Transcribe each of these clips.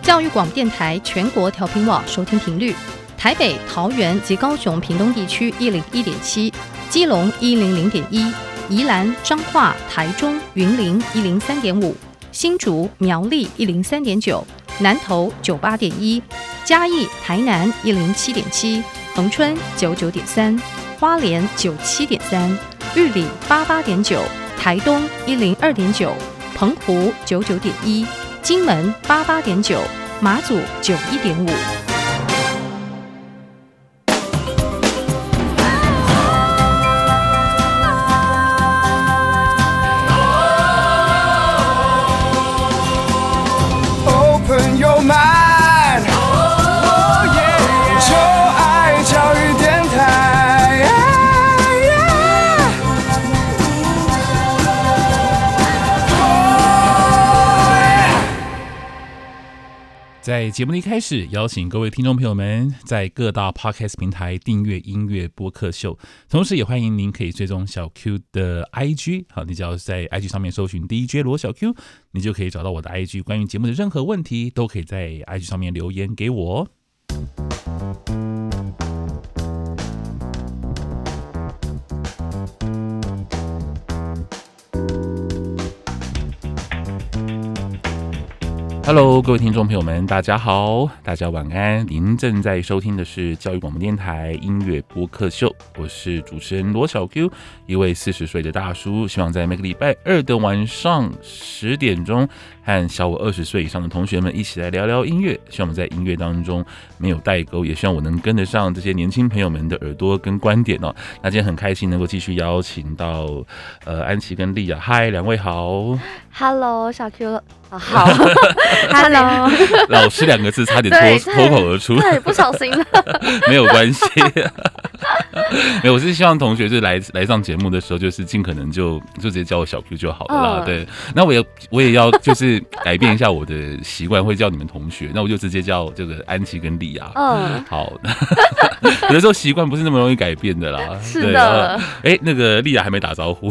教育广播电台全国调频网收听频率：台北、桃园及高雄屏东地区101.7，基隆100.1，宜兰、彰化、台中、云林103.5，新竹、苗栗103.9，南投98.1，嘉义、台南107.7，恒春99.3，花莲97.3，玉里88.9，台东102.9，澎湖99.1，金门88.9，马祖91.5。 在节目的一开始，邀请各位听众朋友们在各大 Podcast 平台订阅音乐播客秀，同时也欢迎您可以追踪小 Q 的 IG， 好，你只要在 IG 上面搜寻 DJ 罗小 Q， 你就可以找到我的 IG， 关于节目的任何问题都可以在 IG 上面留言给我。Hello， 各位听众朋友们，大家好，大家晚安。您正在收听的是教育广播电台音乐播客秀，我是主持人罗小 Q， 一位40岁的大叔，希望在每个礼拜二的晚上10点钟，和小我20岁以上的同学们一起来聊聊音乐。希望我们在音乐当中没有代沟，也希望我能跟得上这些年轻朋友们的耳朵跟观点哦。那今天很开心能够继续邀请到安琪跟莉亚，嗨，两位好。 Hello， 小 Q。好 ，Hello， 老师2个字差点脱口而出， 对，不小心了， 没有关系。没有，我是希望同学就来上节目的时候，就是尽可能就直接叫我小 Q 就好了啦。对，那我也要就是改变一下我的习惯，会叫你们同学，那我就直接叫这个安琪跟莉亚。好，有的时候习惯不是那么容易改变的啦。 是的。 那个莉亚还没打招呼。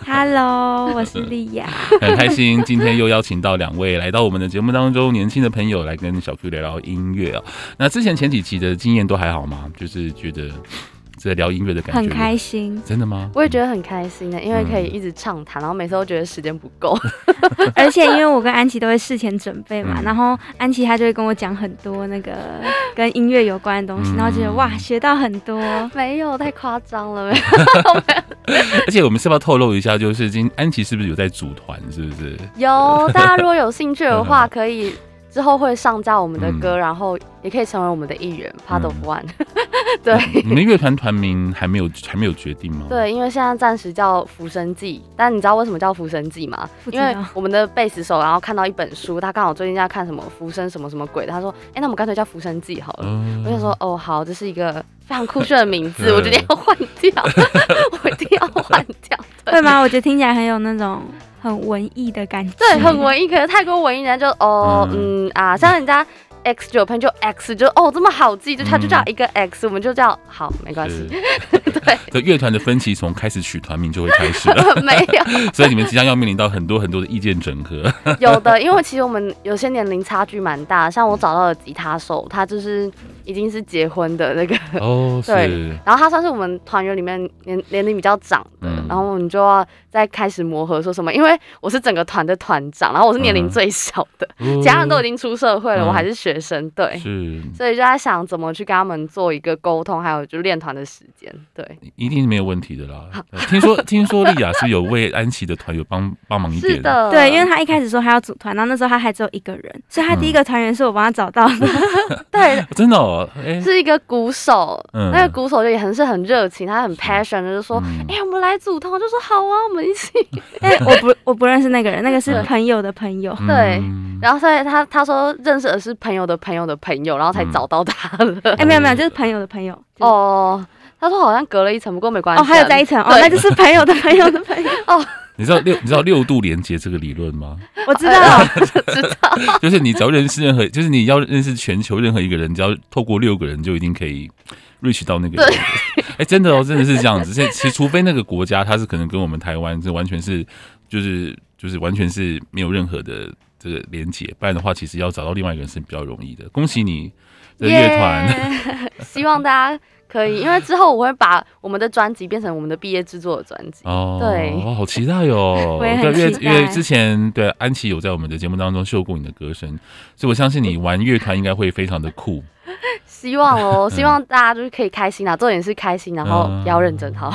Hello， 我是莉亚， 很开心今天又邀请到2位来到我们的节目当中，年轻的朋友来跟小 Q 聊聊音乐啊。那之前前几期的经验都还好吗？就是觉得在聊音乐的感觉很开心。 真的吗？ 我也觉得很开心的，因为可以一直畅谈，然后每次都觉得时间不够。 而且因为我跟安琪都会事前准备嘛，然后安琪她就会跟我讲很多那个跟音乐有关的东西，然后觉得哇，学到很多。 没有，太夸张了。 而且我们是不是要透露一下，就是安琪是不是有在组团？是不是？ 有，大家如果有兴趣的话，可以之后会上架我们的歌，然后也可以成为我们的一员 ，Part of One。对， 你们乐团团名还没有决定吗？ 对，因为现在暂时叫浮生记，但你知道为什么叫浮生记吗？因为我们的贝斯手然后看到一本书，他刚好最近在看什么浮生什么什么鬼的，他说，那我们干脆叫浮生记好了。我就说，哦，好，这是一个非常酷炫的名字，我决定要换掉，我一定要换掉。 对吗？我觉得听起来很有那种很文艺的感觉。 对，很文艺，可是太过文艺人家就像人家。X Japan 就 X 就这么好记，就他就叫一个 X，我们就叫好，没关系。对， 这乐团的分歧从开始取团名就会开始了。 没有， 所以你们即将要面临到很多的意见整合。 有的，因为其实我们有些年龄差距蛮大，像我找到的吉他手，他就是已经是结婚的那个对，然后他算是我们团员里面年龄比较长的，然后我们就要再开始磨合，说什么？因为我是整个团的团长，然后我是年龄最小的，其他人都已经出社会了，我还是学生，对，所以就在想怎么去跟他们做一个沟通，还有就练团的时间，对， 一定是没有问题的啦。听说莉亚是有为安琪的团有帮忙一点， 是的， 对，因为他一开始说他要组团，然后那时候他还只有1个人，所以他第一个团员是我帮他找到的。 对， 真的哦， 是一个鼓手，那个鼓手就也很热情，他很 passion 的就说，我们来组团，我就说好啊，我们一起。 我不认识那个人，那个是朋友的朋友。 对，然后所以他说认识的是朋友的朋友的朋友，然后才找到他了。 没有，就是朋友的朋友。 哦，他说好像隔了一层，不过没关系。 还有在一层，那就是朋友的朋友的朋友。 你知道6度连结这个理论吗？ 我知道， 就是你只要认识就是你要认识全球任何一个人，只要透过6个人就一定可以 reach 到那个人。真的是这样子。其实除非那个国家它是可能跟我们台湾是完全是就是完全是没有任何的这个连结，不然的话，其实要找到另外一个人是比较容易的。恭喜你的乐团， 希望大家可以，因为之后我会把我们的专辑变成我们的毕业制作的专辑。 哦， 对， 好期待哦！ 我也很期待， 因为之前对安琪有在我们的节目当中秀过你的歌声，所以我相信你玩乐团应该会非常的酷。 希望哦，希望大家就是可以开心啦，重点是开心，然后不要认真好。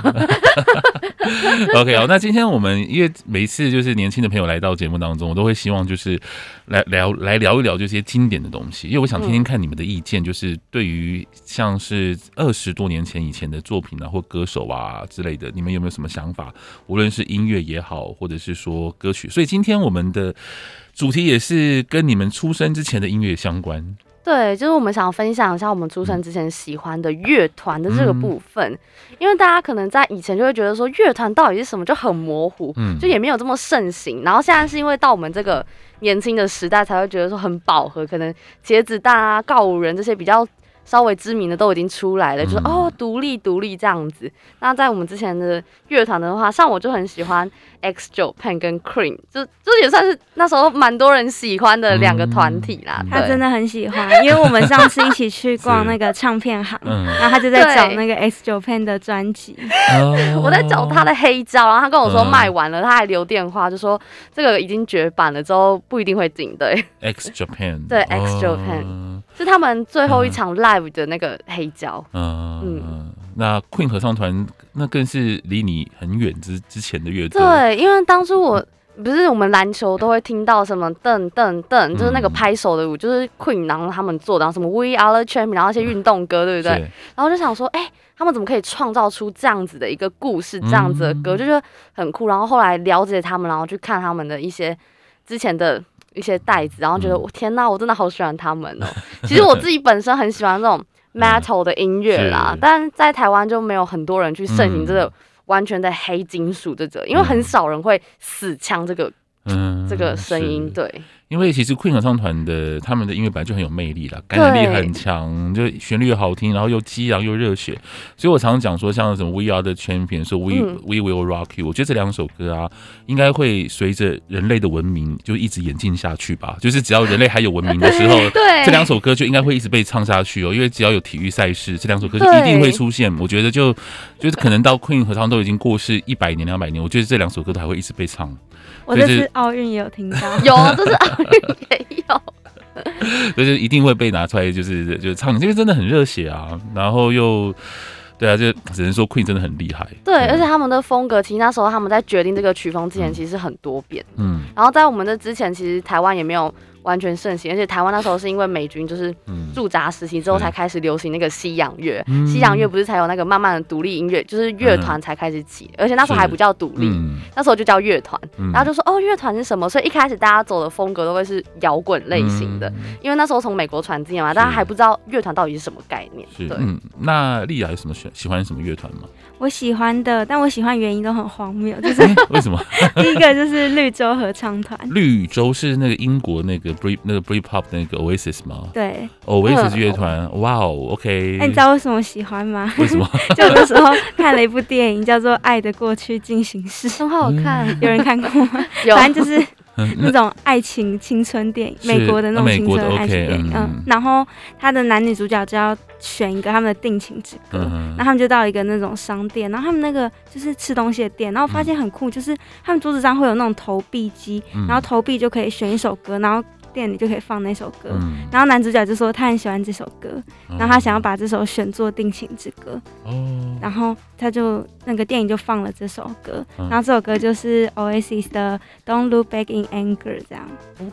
OK， 好，那今天我们因为每一次就是年轻的朋友来到节目当中，我都会希望就是来聊一聊这些经典的东西，因为我想听听看你们的意见，就是对于像是20多年前以前的作品啊，或歌手啊之类的，你们有没有什么想法？无论是音乐也好，或者是说歌曲，所以今天我们的主题也是跟你们出生之前的音乐相关。 对，就是我们想分享一下我们出生之前喜欢的乐团的这个部分，因为大家可能在以前就会觉得说乐团到底是什么就很模糊，就也没有这么盛行。然后现在是因为到我们这个年轻的时代才会觉得说很饱和，可能茄子蛋啊、告五人这些比较稍微知名的都已经出来了，就是独立这样子。那在我们之前的乐团的话，像我就很喜欢 X-Japan 跟 Cream， 就也算是那时候蛮多人喜欢的2个团体啦。 他真的很喜欢，因为我们上次一起去逛那个唱片行，然后他就在找那个 X-Japan 的专辑， 我在找他的黑胶，然后他跟我说卖完了，他还留电话就说这个已经绝版了，之后不一定会进。对 X-Japan， 对 X-Japan。是他们最后一场 live 的那个黑胶。 那 Queen 合唱团那更是离你很远之前的乐队。 对，因为当初不是我们篮球都会听到什么噔噔噔，就是那个拍手的舞，就是 Queen 然后他们做的，然后什么 We Are the Champions， 然后一些运动歌，对不对？然后就想说，他们怎么可以创造出这样子的一个故事，这样子的歌，就觉得很酷。然后后来了解他们，然后去看他们的一些之前的一些袋子，然后觉得天哪，我真的好喜欢他们哦。其实我自己本身很喜欢那种 metal 的音乐啦，但在台湾就没有很多人去盛行这个完全的黑金属这个，因为很少人会死呛这个声音，对。 因为其实 Queen 合唱团的他们的音乐本来就很有魅力啦，感染力很强，就旋律好听，然后又激昂又热血，所以我常常讲说，像什么 We Are the Champions， 说 We Will Rock You， 我觉得这2首歌啊，应该会随着人类的文明就一直演进下去吧。就是只要人类还有文明的时候，这2首歌就应该会一直被唱下去哦。因为只要有体育赛事，这2首歌就一定会出现。我觉得就是可能到 Queen 合唱都已经过世100年、200年，我觉得这2首歌都还会一直被唱。 我这次奥运也有听到， 有，这次奥运也有， 就是一定会被拿出来，就是唱，因为真的很热血啊，然后又。对啊，就只能说 Queen 真的很厉害。 对，而且他们的风格，其实那时候他们在决定这个曲风之前，其实很多变。然后在我们的之前，其实台湾也没有完全盛行，而且台湾那时候是因为美军就是驻扎时期之后才开始流行那个西洋乐，西洋乐不是才有那个慢慢的独立音乐，就是乐团才开始起，而且那时候还不叫独立，那时候就叫乐团。然后就说乐团是什么？所以一开始大家走的风格都会是摇滚类型的，因为那时候从美国传进来嘛，大家还不知道乐团到底是什么概念。对， 那丽雅有什么喜欢什么乐团吗？ 我喜欢的，但我喜欢原因都很荒谬，就是为什么？ 第一个就是绿洲合唱团。 绿洲是那个英国那个 Britpop 那个 Oasis 吗？ 对 ，Oasis 乐团，哇哦 ，OK。 你知道为什么喜欢吗？ 为什么？ 就那时候看了一部电影叫做《爱的过去进行式》， 很好看， 有人看过吗？ 有， 反正就是那种爱情青春电影，美国的那种青春爱情电影。然后他的男女主角就要选一个他们的定情之歌，然后他们就到一个那种商店，然后他们那个就是吃东西的店，然后发现很酷，就是他们桌子上会有那种投币机，然后投币就可以选一首歌，然后店里就可以放那首歌，然后男主角就说他很喜欢这首歌，然后他想要把这首选作定情之歌，然后他就那个电影就放了这首歌，然后这首歌就是 Oasis 的 Don't Look Back in Anger 这样。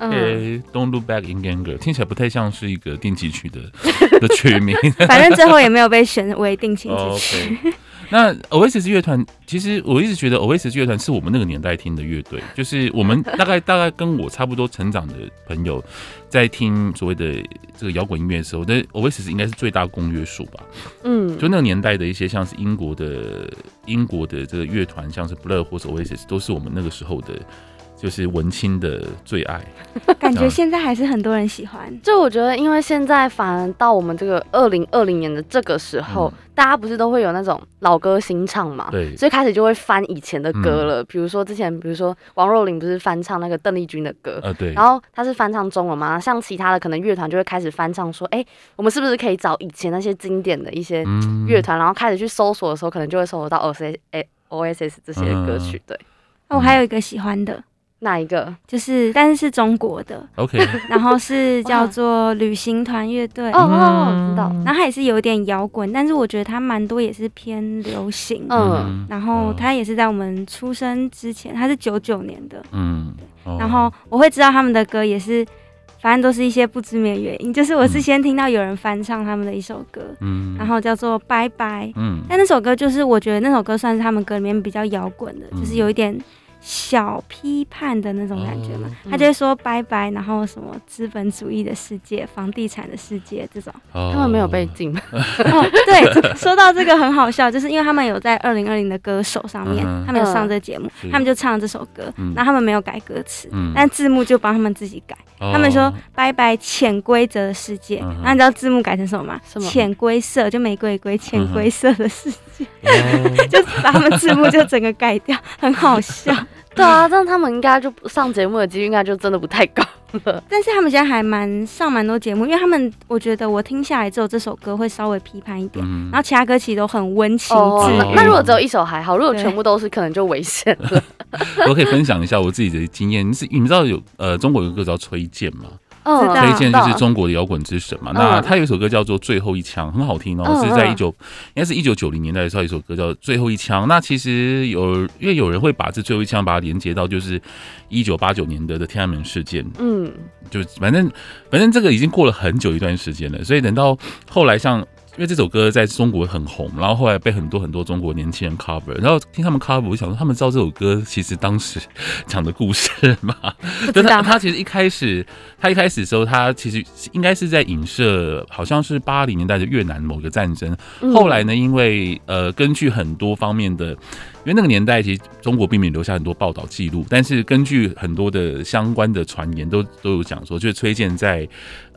Don't Look Back in Anger 听起来不太像是一个定期曲的曲名， 反正最后也没有被选为定情之曲。 那 Oasis 乐团，其实我一直觉得 Oasis 乐团是我们那个年代听的乐队，就是我们大概跟我差不多成长的朋友，在听所谓的这个摇滚音乐的时候，那 Oasis 应该是最大公约数吧。就那个年代的一些像是英国的这个乐团，像是 Blur 或是 Oasis， 都是我们那个时候的就是文青的最爱。 感觉现在还是很多人喜欢。 就我觉得，因为现在反而到我们这个2020年的这个时候，大家不是都会有那种老歌新唱嘛， 对， 所以开始就会翻以前的歌了。比如说之前，比如说王若琳不是翻唱那个邓丽君的歌， 对， 然后他是翻唱中文嘛，像其他的可能乐团就会开始翻唱说，我们是不是可以找以前那些经典的一些乐团，然后开始去搜索的时候，可能就会搜索到 OSS 这些歌曲。对， 我还有一个喜欢的。 哪一个？ 但是中国的 ，OK， 然后是叫做旅行团乐队， 知道。 然后它也是有点摇滚，但是我觉得它蛮多也是偏流行，然后它也是在我们出生之前，它是99年的，然后我会知道他们的歌也是，反正都是一些不知名的原因，就是我是先听到有人翻唱他们的一首歌，然后叫做拜拜，但那首歌就是我觉得那首歌算是他们歌里面比较摇滚的，就是有一点小批判的那种感觉嘛，他就会说拜拜，然后什么资本主义的世界、房地产的世界这种， 他们没有被禁。 对，说到这个很好笑，就是因为他们有在2020的歌手上面，他们有上这个节目，他们就唱了这首歌，然后他们没有改歌词，但字幕就帮他们自己改。他们说拜拜潜规则的世界，然后你知道字幕改成什么吗？潜规色，就玫瑰瑰潜规色的世界，就把他们字幕就整个改掉，很好笑。 对啊，这样他们应该就上节目的几率应该就真的不太高了。 但是他们现在还上蛮多节目，因为他们我觉得我听下来之后，这首歌会稍微批判一点，然后其他歌曲都很温情治愈。 那如果只有一首还好，如果全部都是，可能就危险了。 我可以分享一下我自己的经验，你们知道中国有个歌叫崔健吗？ 崔健就是中国的摇滚之神嘛。那他有一首歌叫做《最后一枪》，很好听哦，是在应该是1990年代的时候，一首歌叫《最后一枪》。那其实因为有人会把这最后一枪把它连接到就是1989年的天安门事件，就反正这个已经过了很久一段时间了，所以等到后来因为这首歌在中国很红，然后后来被很多中国年轻人 cover， 然后听他们 cover， 我想说他们知道这首歌其实当时讲的故事吗？他其实一开始的时候，他其实应该是在影射好像是80年代的越南某个战争。后来呢，因为根据很多方面的，因为那个年代其实中国并没有留下很多报道记录，但是根据很多的相关的传言都有讲说，就是崔健在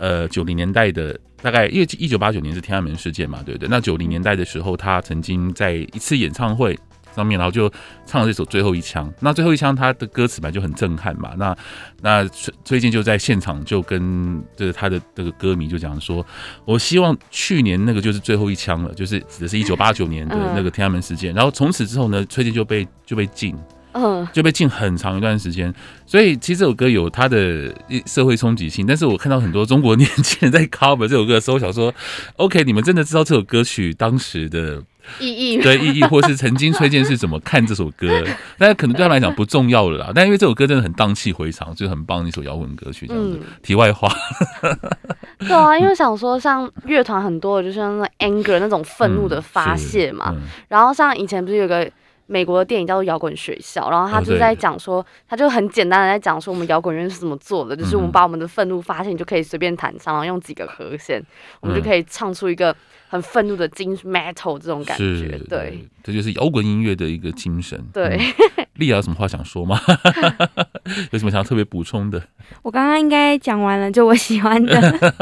90年代的。大概因为1989年是天安门事件嘛，对不对？那90年代的时候，他曾经在一次演唱会上面，然后就唱了这首《最后一枪》。那《最后一枪》他的歌词本来就很震撼嘛。那崔健就在现场就跟他的这个歌迷就讲说，我希望去年那个就是最后一枪了，就是指的是1989年的那个天安门事件。然后从此之后呢，崔健就被禁。就被禁很长一段时间，所以其实这首歌有它的社会冲击性，但是我看到很多中国年轻人在 cover 这首歌的时候，我想说 ，OK， 你们真的知道这首歌曲当时的意义， 对意义，或是曾经崔健是怎么看这首歌，但可能对他们来讲不重要了啦。但因为这首歌真的很荡气回肠，就是很棒的一首摇滚歌曲，这样子。题外话， 对啊，因为想说像乐团很多的，就是像那 anger 那种愤怒的发泄嘛，然后像以前不是有个。美国的电影叫做《摇滚学校》，然后他就在讲说，他就很简单的在讲说，我们摇滚乐是怎么做的，就是我们把我们的愤怒发泄，你就可以随便弹唱，然后用几个和弦，我们就可以唱出一个很愤怒的金 metal 这种感觉。对， 这就是摇滚音乐的一个精神。 对， 丽雅有什么话想说吗？有什么想要特别补充的？ 我刚刚应该讲完了，就我喜欢的。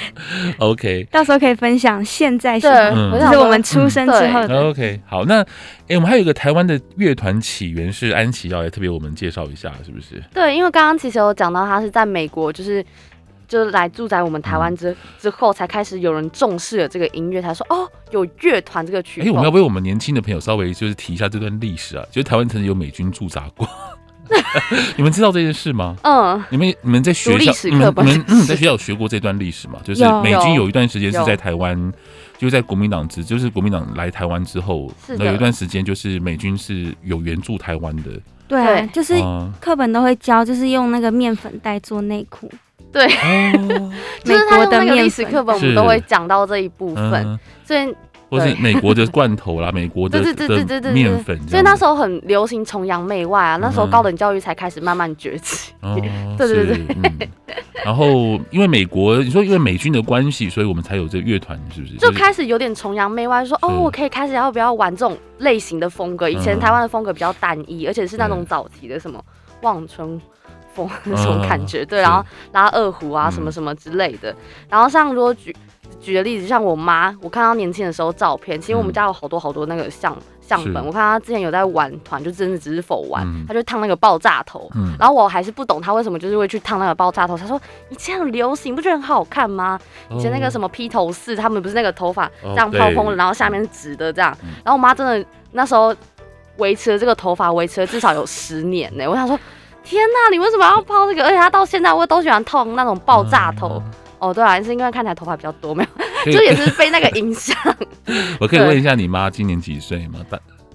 OK， 到时候可以分享现在喜欢，就是我们出生之后的。 OK， 好，那我们还有一个台湾的乐团起源是安琪要来特别我们介绍一下，是不是？ 对，因为刚刚其实有讲到他是在美国，就是来住在我们台湾之后，才开始有人重视了这个音乐，才说有乐团这个曲风。 我们要为我们年轻的朋友稍微就是提一下这段历史啊，就是台湾曾经有美军驻扎过。你们知道这件事吗？你们在学校，你们在学校有学过这段历史吗？就是美军有一段时间是在台湾，就在国民党就是国民党来台湾之后，有一段时间就是美军是有援助台湾的。 对，就是课本都会教，就是用那个面粉袋做内裤。 对，就是他用那个历史课本，我们都会讲到这一部分，所以。 或是美国的罐头啦，美国的面粉， 所以那时候很流行崇洋媚外啊，那时候高等教育才开始慢慢崛起。对。 然后因为美国，你说因为美军的关系，所以我们才有这个乐团，是不是？ 就开始有点崇洋媚外，说我可以开始要不要玩这种类型的风格？以前台湾的风格比较单一，而且是那种早期的什么望春风那种感觉，对，然后拉二胡啊什么什么之类的。然后像如果举的例子，像我妈，我看她年轻的时候照片，其实我们家有好多那个相本，我看她之前有在玩团，就真的只是玩，她就烫那个爆炸头，然后我还是不懂她为什么就是会去烫那个爆炸头。她说以前很流行，不觉得很好看吗？以前那个什么披头士，他们不是那个头发这样蓬蓬的，然后下面是直的这样。然后我妈真的那时候维持了这个头发，维持了至少有10年呢。我想说，天哪，你为什么要抛这个？而且她到现在我都喜欢烫那种爆炸头。哦，对啊，是因为看起来头发比较多，没有，就也是被那个影响。 我可以问一下你妈今年几岁吗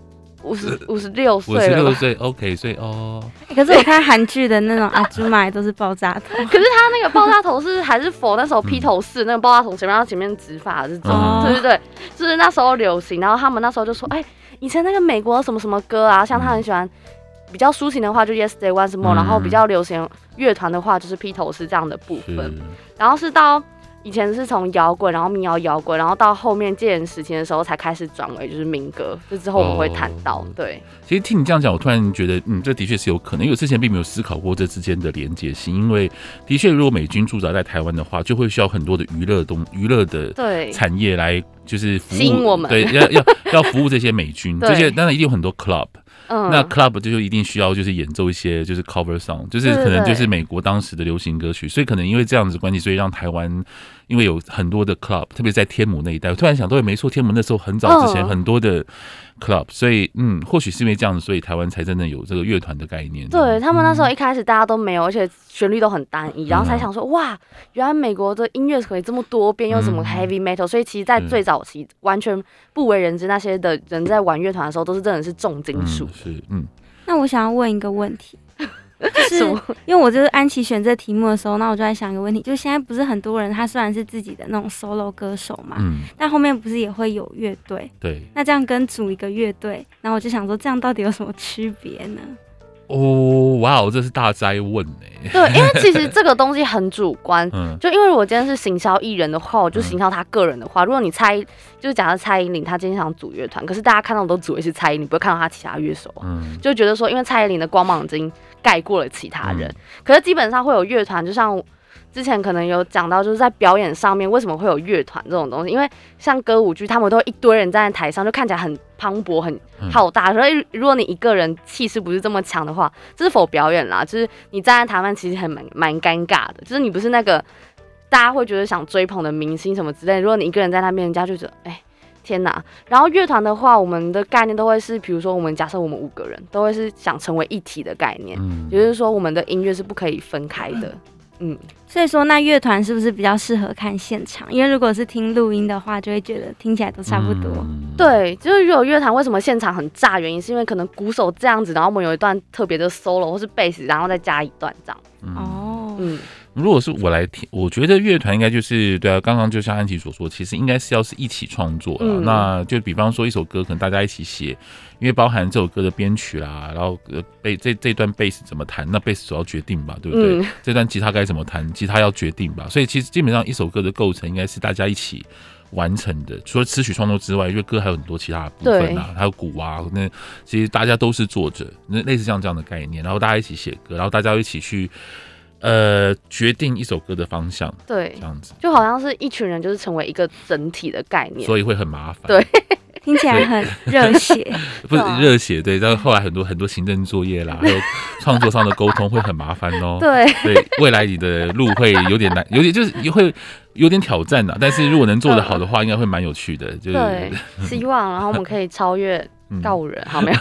？56岁了。 56岁 ，OK， 所以哦。 可是我看韩剧的那种阿朱玛都是爆炸头， 可是他那个爆炸头还是否那时候披头士那个爆炸头前面直发这种，对，就是那时候流行。然后他们那时候就说，以前那个美国什么什么歌啊，像他很喜欢。比较抒情的话就 Yesterday Once More，然后比较流行乐团的话就是披头士这样的部分，然后是到以前是从摇滚，然后民谣摇滚，然后到后面戒严时期的时候才开始转为就是民歌，这之后我们会谈到。对，其实听你这样讲，我突然觉得，这的确是有可能，因为我之前并没有思考过这之间的连结性，因为的确如果美军驻扎在台湾的话，就会需要很多的娱乐的产业来就是服务吸引我们， 对，要服务这些美军，这些当然一定有很多 club。那 club 就一定需要就是演奏一些就是 cover song， 就是可能就是美国当时的流行歌曲，所以可能因为这样子的关系，所以让台湾因为有很多的 club， 特别在天母那一带，我突然想，对，没错，天母那时候很早之前很多的 club， 所以或许是因为这样子，所以台湾才真的有这个乐团的概念。 对，他们那时候一开始大家都没有，而且旋律都很单一，然后才想说哇，原来美国的音乐可以这么多变，又什么 heavy metal， 所以其实在最早期完全不为人知，那些的人在玩乐团的时候都是真的是重金属。 那我想要问一个问题。就是因为我就是安琪选这题目的时候，那我就在想一个问题，就是现在不是很多人他虽然是自己的那种 solo 歌手嘛，但后面不是也会有乐队？ 对， 那这样跟组一个乐队，然后我就想说，这样到底有什么区别呢？ 哦，哇，这是大哉问哎。 对，因为其实这个东西很主观，就因为我今天是行销艺人的话，我就行销他个人的话。如果你就是假设蔡依林她今天想组乐团，可是大家看到都只会是蔡依林，不会看到她其他乐手，就觉得说，因为蔡依林的光芒已经盖过了其他人。可是基本上会有乐团，就像之前可能有讲到，就是在表演上面为什么会有乐团这种东西？因为像歌舞剧，他们都一堆人站在台上，就看起来很磅礴、很浩大。所以如果你一个人气势不是这么强的话，这是否表演啦？就是你站在台湾其实蛮尴尬的，就是你不是那个大家会觉得想追捧的明星什么之类。如果你一个人在那边，人家就觉得天哪。然后乐团的话，我们的概念都会是，比如说我们假设我们5个人都会是想成为一体的概念，也就是说我们的音乐是不可以分开的。 所以说那乐团是不是比较适合看现场？因为如果是听录音的话，就会觉得听起来都差不多。 对，就是如果乐团为什么现场很炸，原因是因为可能鼓手这样子，然后我们有一段特别的 solo 或是贝斯，然后再加一段这样。 如果是我来听，我觉得乐团应该就是对啊，刚刚就像安琪所说，其实应该是要是一起创作啦。那就比方说一首歌，可能大家一起写，因为包含这首歌的编曲啦，然后这段贝斯怎么弹，那贝斯手要决定吧，对不对？这段吉他该怎么弹，吉他要决定吧。所以其实基本上一首歌的构成应该是大家一起完成的。除了词曲创作之外，因为歌还有很多其他的部分啊，还有鼓啊，那其实大家都是作者，那类似像这样的概念，然后大家一起写歌，然后大家一起去。决定一首歌的方向， 对， 这样子就好像是一群人，就是成为一个整体的概念， 所以会很麻烦。 对， 听起来很热血， 不是热血，对，但后来很多行政作业啦，还有创作上的沟通会很麻烦哦。 对， 未来你的路会有点难，就是会有点挑战的。但是如果能做得好的话，应该会蛮有趣的。就是对，希望，然后我们可以超越告五人，好没有？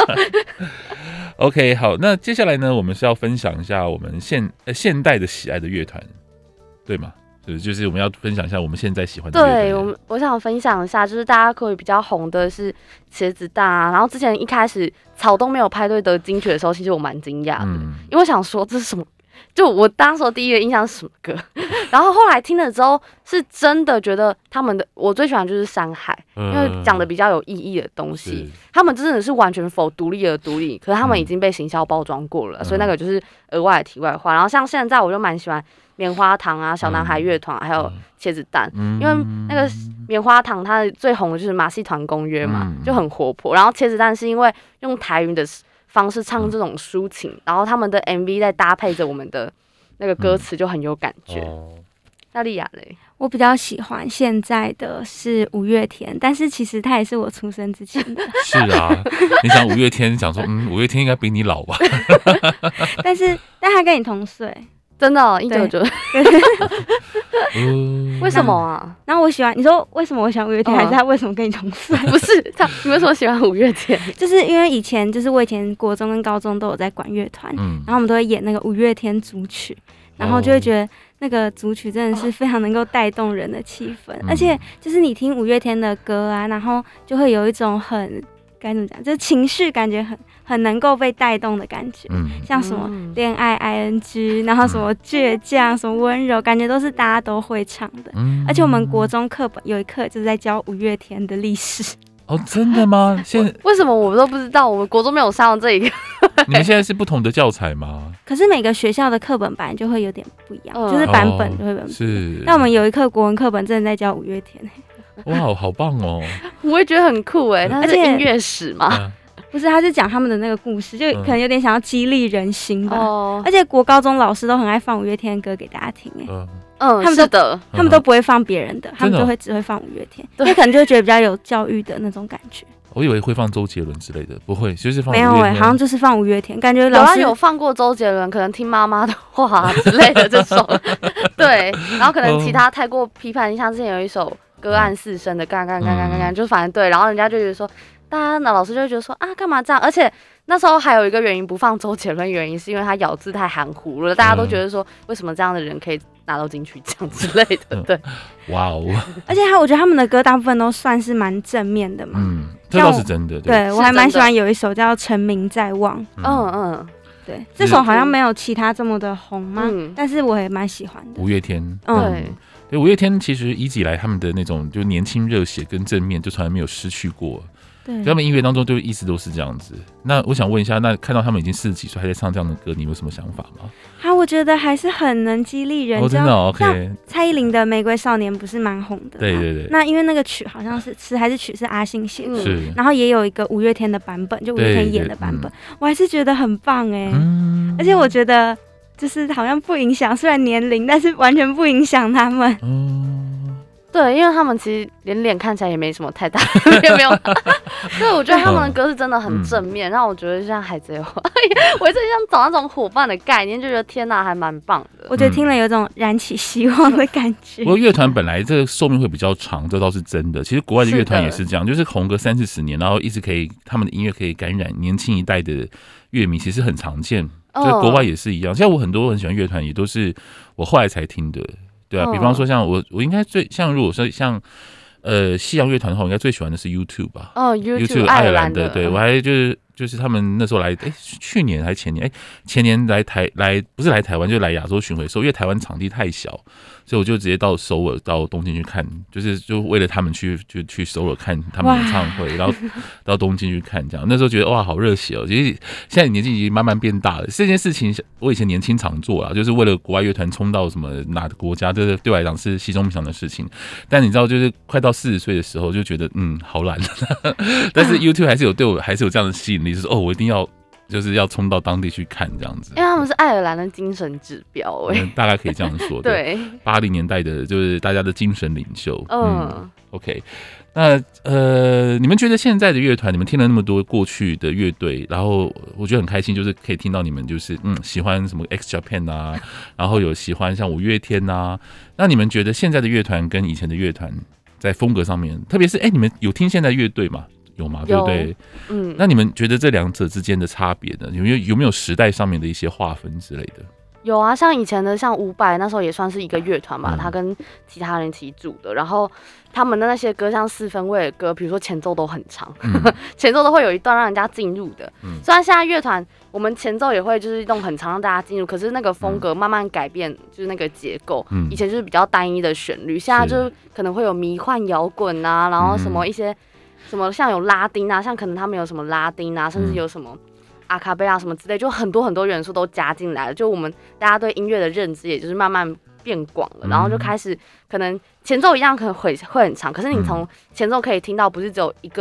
OK， 好，那接下来呢，我们是要分享一下我们现代的喜爱的乐团，对吗？就是我们要分享一下我们现在喜欢的乐团。 对，我想分享一下，就是大家可以比较红的是茄子蛋啊。然后之前一开始草东没有派对得金曲的时候，其实我蛮惊讶的，因为我想说这是什么。就我当时第一个印象是什么歌，然后后来听了之后，是真的觉得他们的我最喜欢就是山海，因为讲的比较有意义的东西。他们真的是完全否独立而独立，可是他们已经被行销包装过了，所以那个就是额外的题外话。然后像现在我就蛮喜欢棉花糖啊、小男孩乐团，还有茄子蛋，因为那个棉花糖它最红的就是马戏团公约嘛，就很活泼。然后茄子蛋是因为用台语的方式唱这种抒情，然后他们的 MV 再搭配着我们的那个歌词就很有感觉。那莉亚嘞？ 我比较喜欢现在的是五月天，但是其实他也是我出生之前的。 是啊，你想五月天，想说五月天应该比你老吧？ 但他跟你同岁， 真的1999。为什么啊？ 然后我喜欢，你说为什么我喜欢五月天，还是他为什么跟你同岁？ 不是你为什么喜欢五月天？ 就是因为我以前国中跟高中都有在管乐团，然后我们都会演那个五月天组曲，然后就会觉得那个组曲真的是非常能够带动人的气氛，而且就是你听五月天的歌啊，然后就会有一种很该怎么讲，就是情绪感觉很能够被带动的感觉，像什么恋爱 ING， 然后什么倔强，什么温柔，感觉都是大家都会唱的。而且我们国中课本有一课就是在教五月天的历史。 哦，真的吗？ 为什么我都不知道？我们国中没有上这一个。 你们现在是不同的教材吗？ 可是每个学校的课本本来就会有点不一样，就是版本就会不一样。 是。 那我们有一课国文课本真的在教五月天。 哇，好棒哦！ 我也觉得很酷哎，它是音乐史嘛。 不是，他是讲他们的那个故事，就可能有点想要激励人心吧。而且国高中老师都很爱放五月天的歌给大家听他们都不会放别人的，他们就会只会放五月天，因为可能就会觉得比较有教育的那种感觉。 我以为会放周杰伦之类的，不会，就是放没有好像就是放五月天，感觉老师有放过周杰伦，可能听妈妈的话之类的这种，对，然后可能其他太过批判，像之前有一首歌案四声的干，就反正对，然后人家就觉得说。大家老师就会觉得说啊，干嘛这样？而且那时候还有一个原因不放周杰伦，原因是因为他咬字太含糊了，大家都觉得说为什么这样的人可以拿到金曲奖之类的。对， 哇哦！ 而且我觉得他们的歌大部分都算是蛮正面的嘛。 这倒是真的。 对我还蛮喜欢有一首叫《成名在望》。对，这首好像没有其他这么的红嘛，但是我也蛮喜欢的。 五月天， 对， 五月天其实一直以来他们的那种就年轻热血跟正面就从来没有失去过。 对， 他们音乐当中就一直都是这样子。那我想问一下，那看到他们已经40几岁还在唱这样的歌，你有什么想法吗？ 我觉得还是很能激励人。 真的 OK。 像蔡依林的《玫瑰少年》不是蛮红的？ 对。 那因为那个曲好像是词还是曲是阿信写的， 是。 然后也有一个五月天的版本，就五月天演的版本，我还是觉得很棒哎。而且我觉得就是好像不影响，虽然年龄，但是完全不影响他们。 对，因为他们其实脸看起来也没什么太大，也没有。对，我觉得他们的歌是真的很正面，让我觉得像海贼王，我一直想找那种伙伴的概念，就觉得天哪，还蛮棒的。 我觉得听了有种燃起希望的感觉。 不过乐团本来这个寿命会比较长，这倒是真的。其实国外的乐团也是这样，就是红个30-40年，然后一直可以他们的音乐可以感染年轻一代的乐迷，其实很常见。就是国外也是一样，像我很多很喜欢乐团，也都是我后来才听的。对啊，比方说像我应该最像如果说像西洋乐团的话，我应该最喜欢的是 U2 吧。 U2 爱尔兰的，对我还就是他们那时候来，去年还前年，前年不是来台湾，就来亚洲巡回的时候，因为台湾场地太小，所以我就直接到首尔到东京去看，就为了他们去首尔看他们演唱会，然后到东京去看这样。那时候觉得哇，好热血哦！其实现在年纪已经慢慢变大了，这件事情我以前年轻常做啦，就是为了国外乐团冲到什么哪个国家，这对我来讲是稀松平常的事情。但你知道，就是快到40岁的时候，就觉得好懒。但是 YouTube 还是有对我还是有这样的吸引力，就是我一定要就是要冲到当地去看这样子， 因为他们是爱尔兰的精神指标大概可以这样说。 对 ，80年代的就是大家的精神领袖。OK， 那你们觉得现在的乐团，你们听了那么多过去的乐队，然后我觉得很开心，就是可以听到你们就是喜欢什么 X Japan 啊，然后有喜欢像五月天啊，那你们觉得现在的乐团跟以前的乐团在风格上面，特别是你们有听现在乐队吗？有吗？对不对？那你们觉得这两者之间的差别呢？有没有时代上面的一些划分之类的？ 有啊，像以前的像伍佰那时候也算是一个乐团嘛，他跟其他人一起组的，然后他们的那些歌像4分位的歌，比如说前奏都很长，前奏都会有一段让人家进入的。虽然现在乐团我们前奏也会就是弄很长让大家进入，可是那个风格慢慢改变，就是那个结构，以前就是比较单一的旋律，现在就是可能会有迷幻摇滚啊，然后什么一些什么像有拉丁啊，像可能他们有什么拉丁啊，甚至有什么阿卡贝拉什么之类，就很多元素都加进来了，就我们大家对音乐的认知也就是慢慢变广了，然后就开始可能前奏一样可能会很长，可是你从前奏可以听到不是只有一个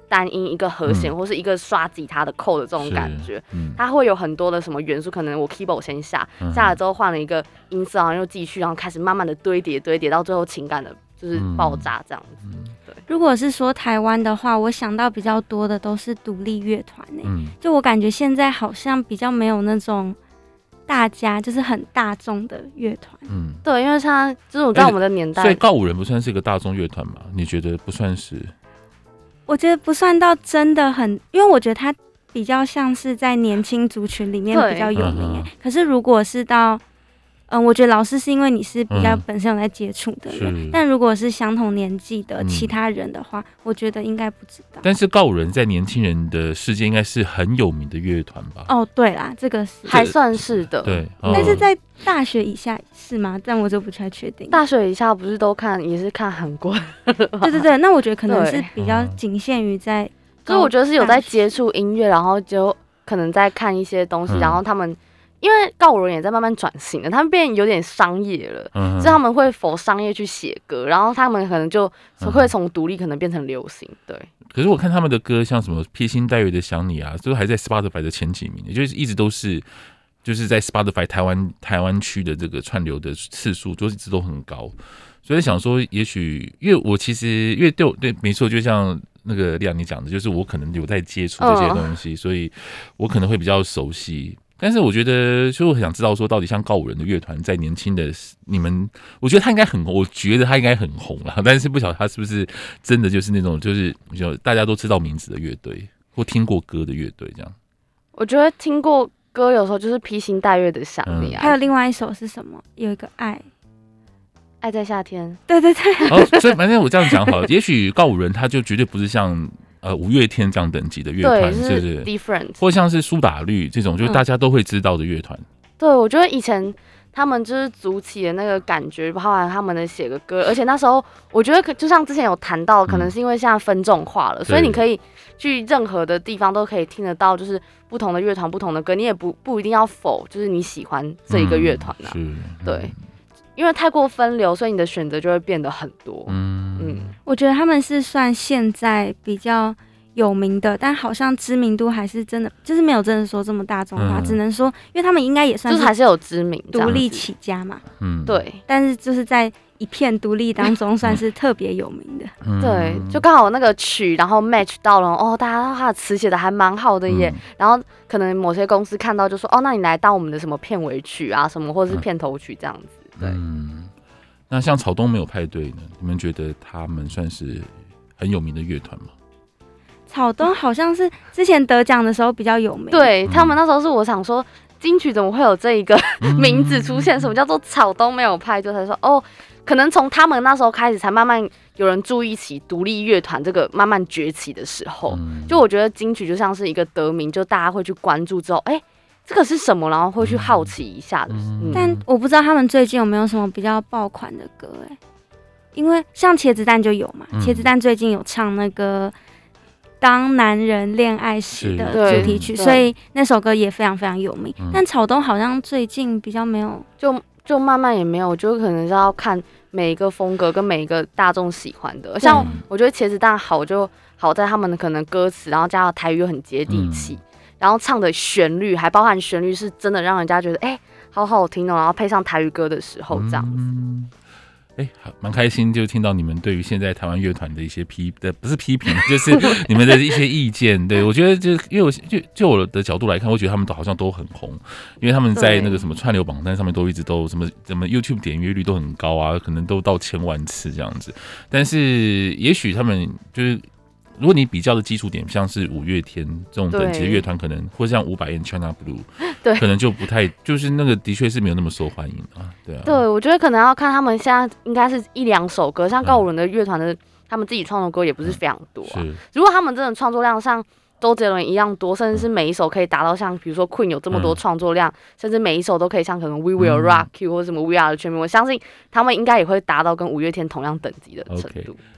单音一个和弦，或是一个刷吉他的扣的这种感觉，它会有很多的什么元素，可能我 keyboard 先下来之后换了一个音色，然后又继续，然后开始慢慢的堆叠到最后情感的就是爆炸这样子。对， 如果是说台湾的话，我想到比较多的都是独立乐团就我感觉现在好像比较没有那种大家就是很大众的乐团。 对，因为像就是我在我们的年代， 所以告五人不算是一个大众乐团吗？你觉得不算是？ 我觉得不算到真的很，因为我觉得它比较像是在年轻族群里面比较有名可是如果是到我觉得老师是因为你是比较本身有在接触的人，但如果是相同年纪的其他人的话，我觉得应该不知道。 但是告五人在年轻人的世界应该是很有名的乐团吧？ 哦，对啦，这个是还算是的。 对， 但是在大学以下是吗？但我就不太确定。 大学以下不是都也是看韩国？ 对，那我觉得可能是比较仅限于在， 所以我觉得是有在接触音乐，然后就可能在看一些东西，然后他们。因为告五人也在慢慢转型了，他们变有点商业了，所以他们会否商业去写歌，然后他们可能就会从独立可能变成流行。对。 可是我看他们的歌，像什么《披星戴月的想你》啊，都还在 Spotify 的前几名，也就是一直都是就是在 Spotify 台湾区的这个串流的次数，就一直都很高。所以想说，也许因为我其实因为对没错，就像那个亮你讲的，就是我可能有在接触这些东西，所以我可能会比较熟悉。但是我觉得，就我很想知道说，到底像告五人的乐团，在年轻的你们，我觉得他应该很红，我觉得他应该很红啦，但是不晓得他是不是真的就是那种就是大家都知道名字的乐队，或听过歌的乐队这样。 我觉得听过歌有时候就是披星戴月的想你啊， 还有另外一首是什么？有一个爱在夏天。 对。 所以反正我这样讲好了，也许告五人他就绝对不是像。五月天这样等级的乐团，是不是 different， 或像是苏打绿这种，就是大家都会知道的乐团。 对，我觉得以前他们就是组起的那个感觉，包含他们的写个歌，而且那时候我觉得就像之前有谈到，可能是因为现在分众化了，所以你可以去任何的地方都可以听得到，就是不同的乐团、不同的歌，你也不一定要否，就是你喜欢这一个乐团啊。对。因为太过分流，所以你的选择就会变得很多。 我觉得他们是算现在比较有名的，但好像知名度还是真的就是没有真的说这么大众化，只能说因为他们应该也算是就是还是有知名独立起家嘛。 对。 但是就是在一片独立当中算是特别有名的。 对，就刚好那个曲然后 match 到了大家他的词写的还蛮好的耶。然后可能某些公司看到就说那你来当我们的什么片尾曲啊什么，或者是片头曲这样子。对。 那像草东没有派对呢？你们觉得他们算是很有名的乐团吗？ 草东好像是之前得奖的时候比较有名。 对，他们那时候是我想说金曲怎么会有这一个名字出现？什么叫做草东没有派对？才说可能从他们那时候开始，才慢慢有人注意起独立乐团这个慢慢崛起的时候。就我觉得金曲就像是一个得名，就大家会去关注之后，这个是什么？然后会去好奇一下的。 但我不知道他们最近有没有什么比较爆款的歌因为像茄子蛋就有嘛，茄子蛋最近有唱那个当男人恋爱时的主题曲，所以那首歌也非常非常有名。但草东好像最近比较没有， 就慢慢也没有，就可能是要看每一个风格跟每一个大众喜欢的。像我觉得茄子蛋就好在他们的可能歌词，然后加上台语又很接地气。然后唱的旋律还包含旋律是真的让人家觉得好好听然后配上台语歌的时候这样子。 蛮开心就听到你们对于现在台湾乐团的一些不是批评，就是你们的一些意见。对，我觉得因为就我的角度来看，我觉得他们好像都很红，因为他们在那个什么串流榜单上面都一直都什么 YouTube 点阅率都很高啊，可能都到1000万次这样子。但是也许他们就是如果你比较的基础点像是五月天这种等级的乐团，可能或像500 China Blue， 可能就不太，就是那个的确是没有那么受欢迎啊。对啊， 对，我觉得可能要看他们现在应该是1-2首歌，像告五人的乐团的他们自己创作歌也不是非常多如果他们真的创作量像周杰伦一样多，甚至是每一首可以达到像比如说 Queen 有这么多创作量，甚至每一首都可以像可能 We Will Rock You 或者什么 We Are 的全民，我相信他们应该也会达到跟五月天同样等级的程度。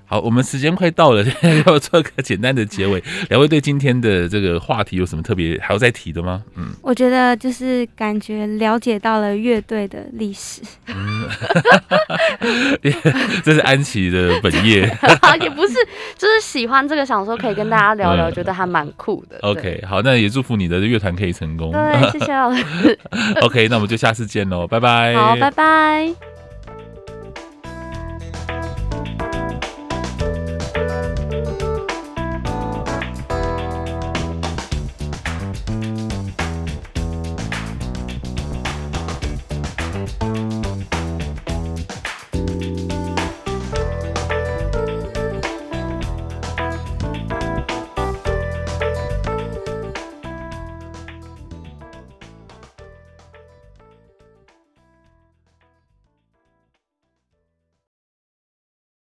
好，我们时间快到了，现在要做个简单的结尾。两位对今天的这个话题有什么特别还要再提的吗？ 我觉得就是感觉了解到了乐队的历史。 这是安琪的本业。 也不是，就是喜欢这个，想说可以跟大家聊聊，觉得还蛮酷的。 OK， 好，那也祝福你的乐团可以成功。 对，谢谢老师。 OK， 那我们就下次见喽，拜拜。 好，拜拜。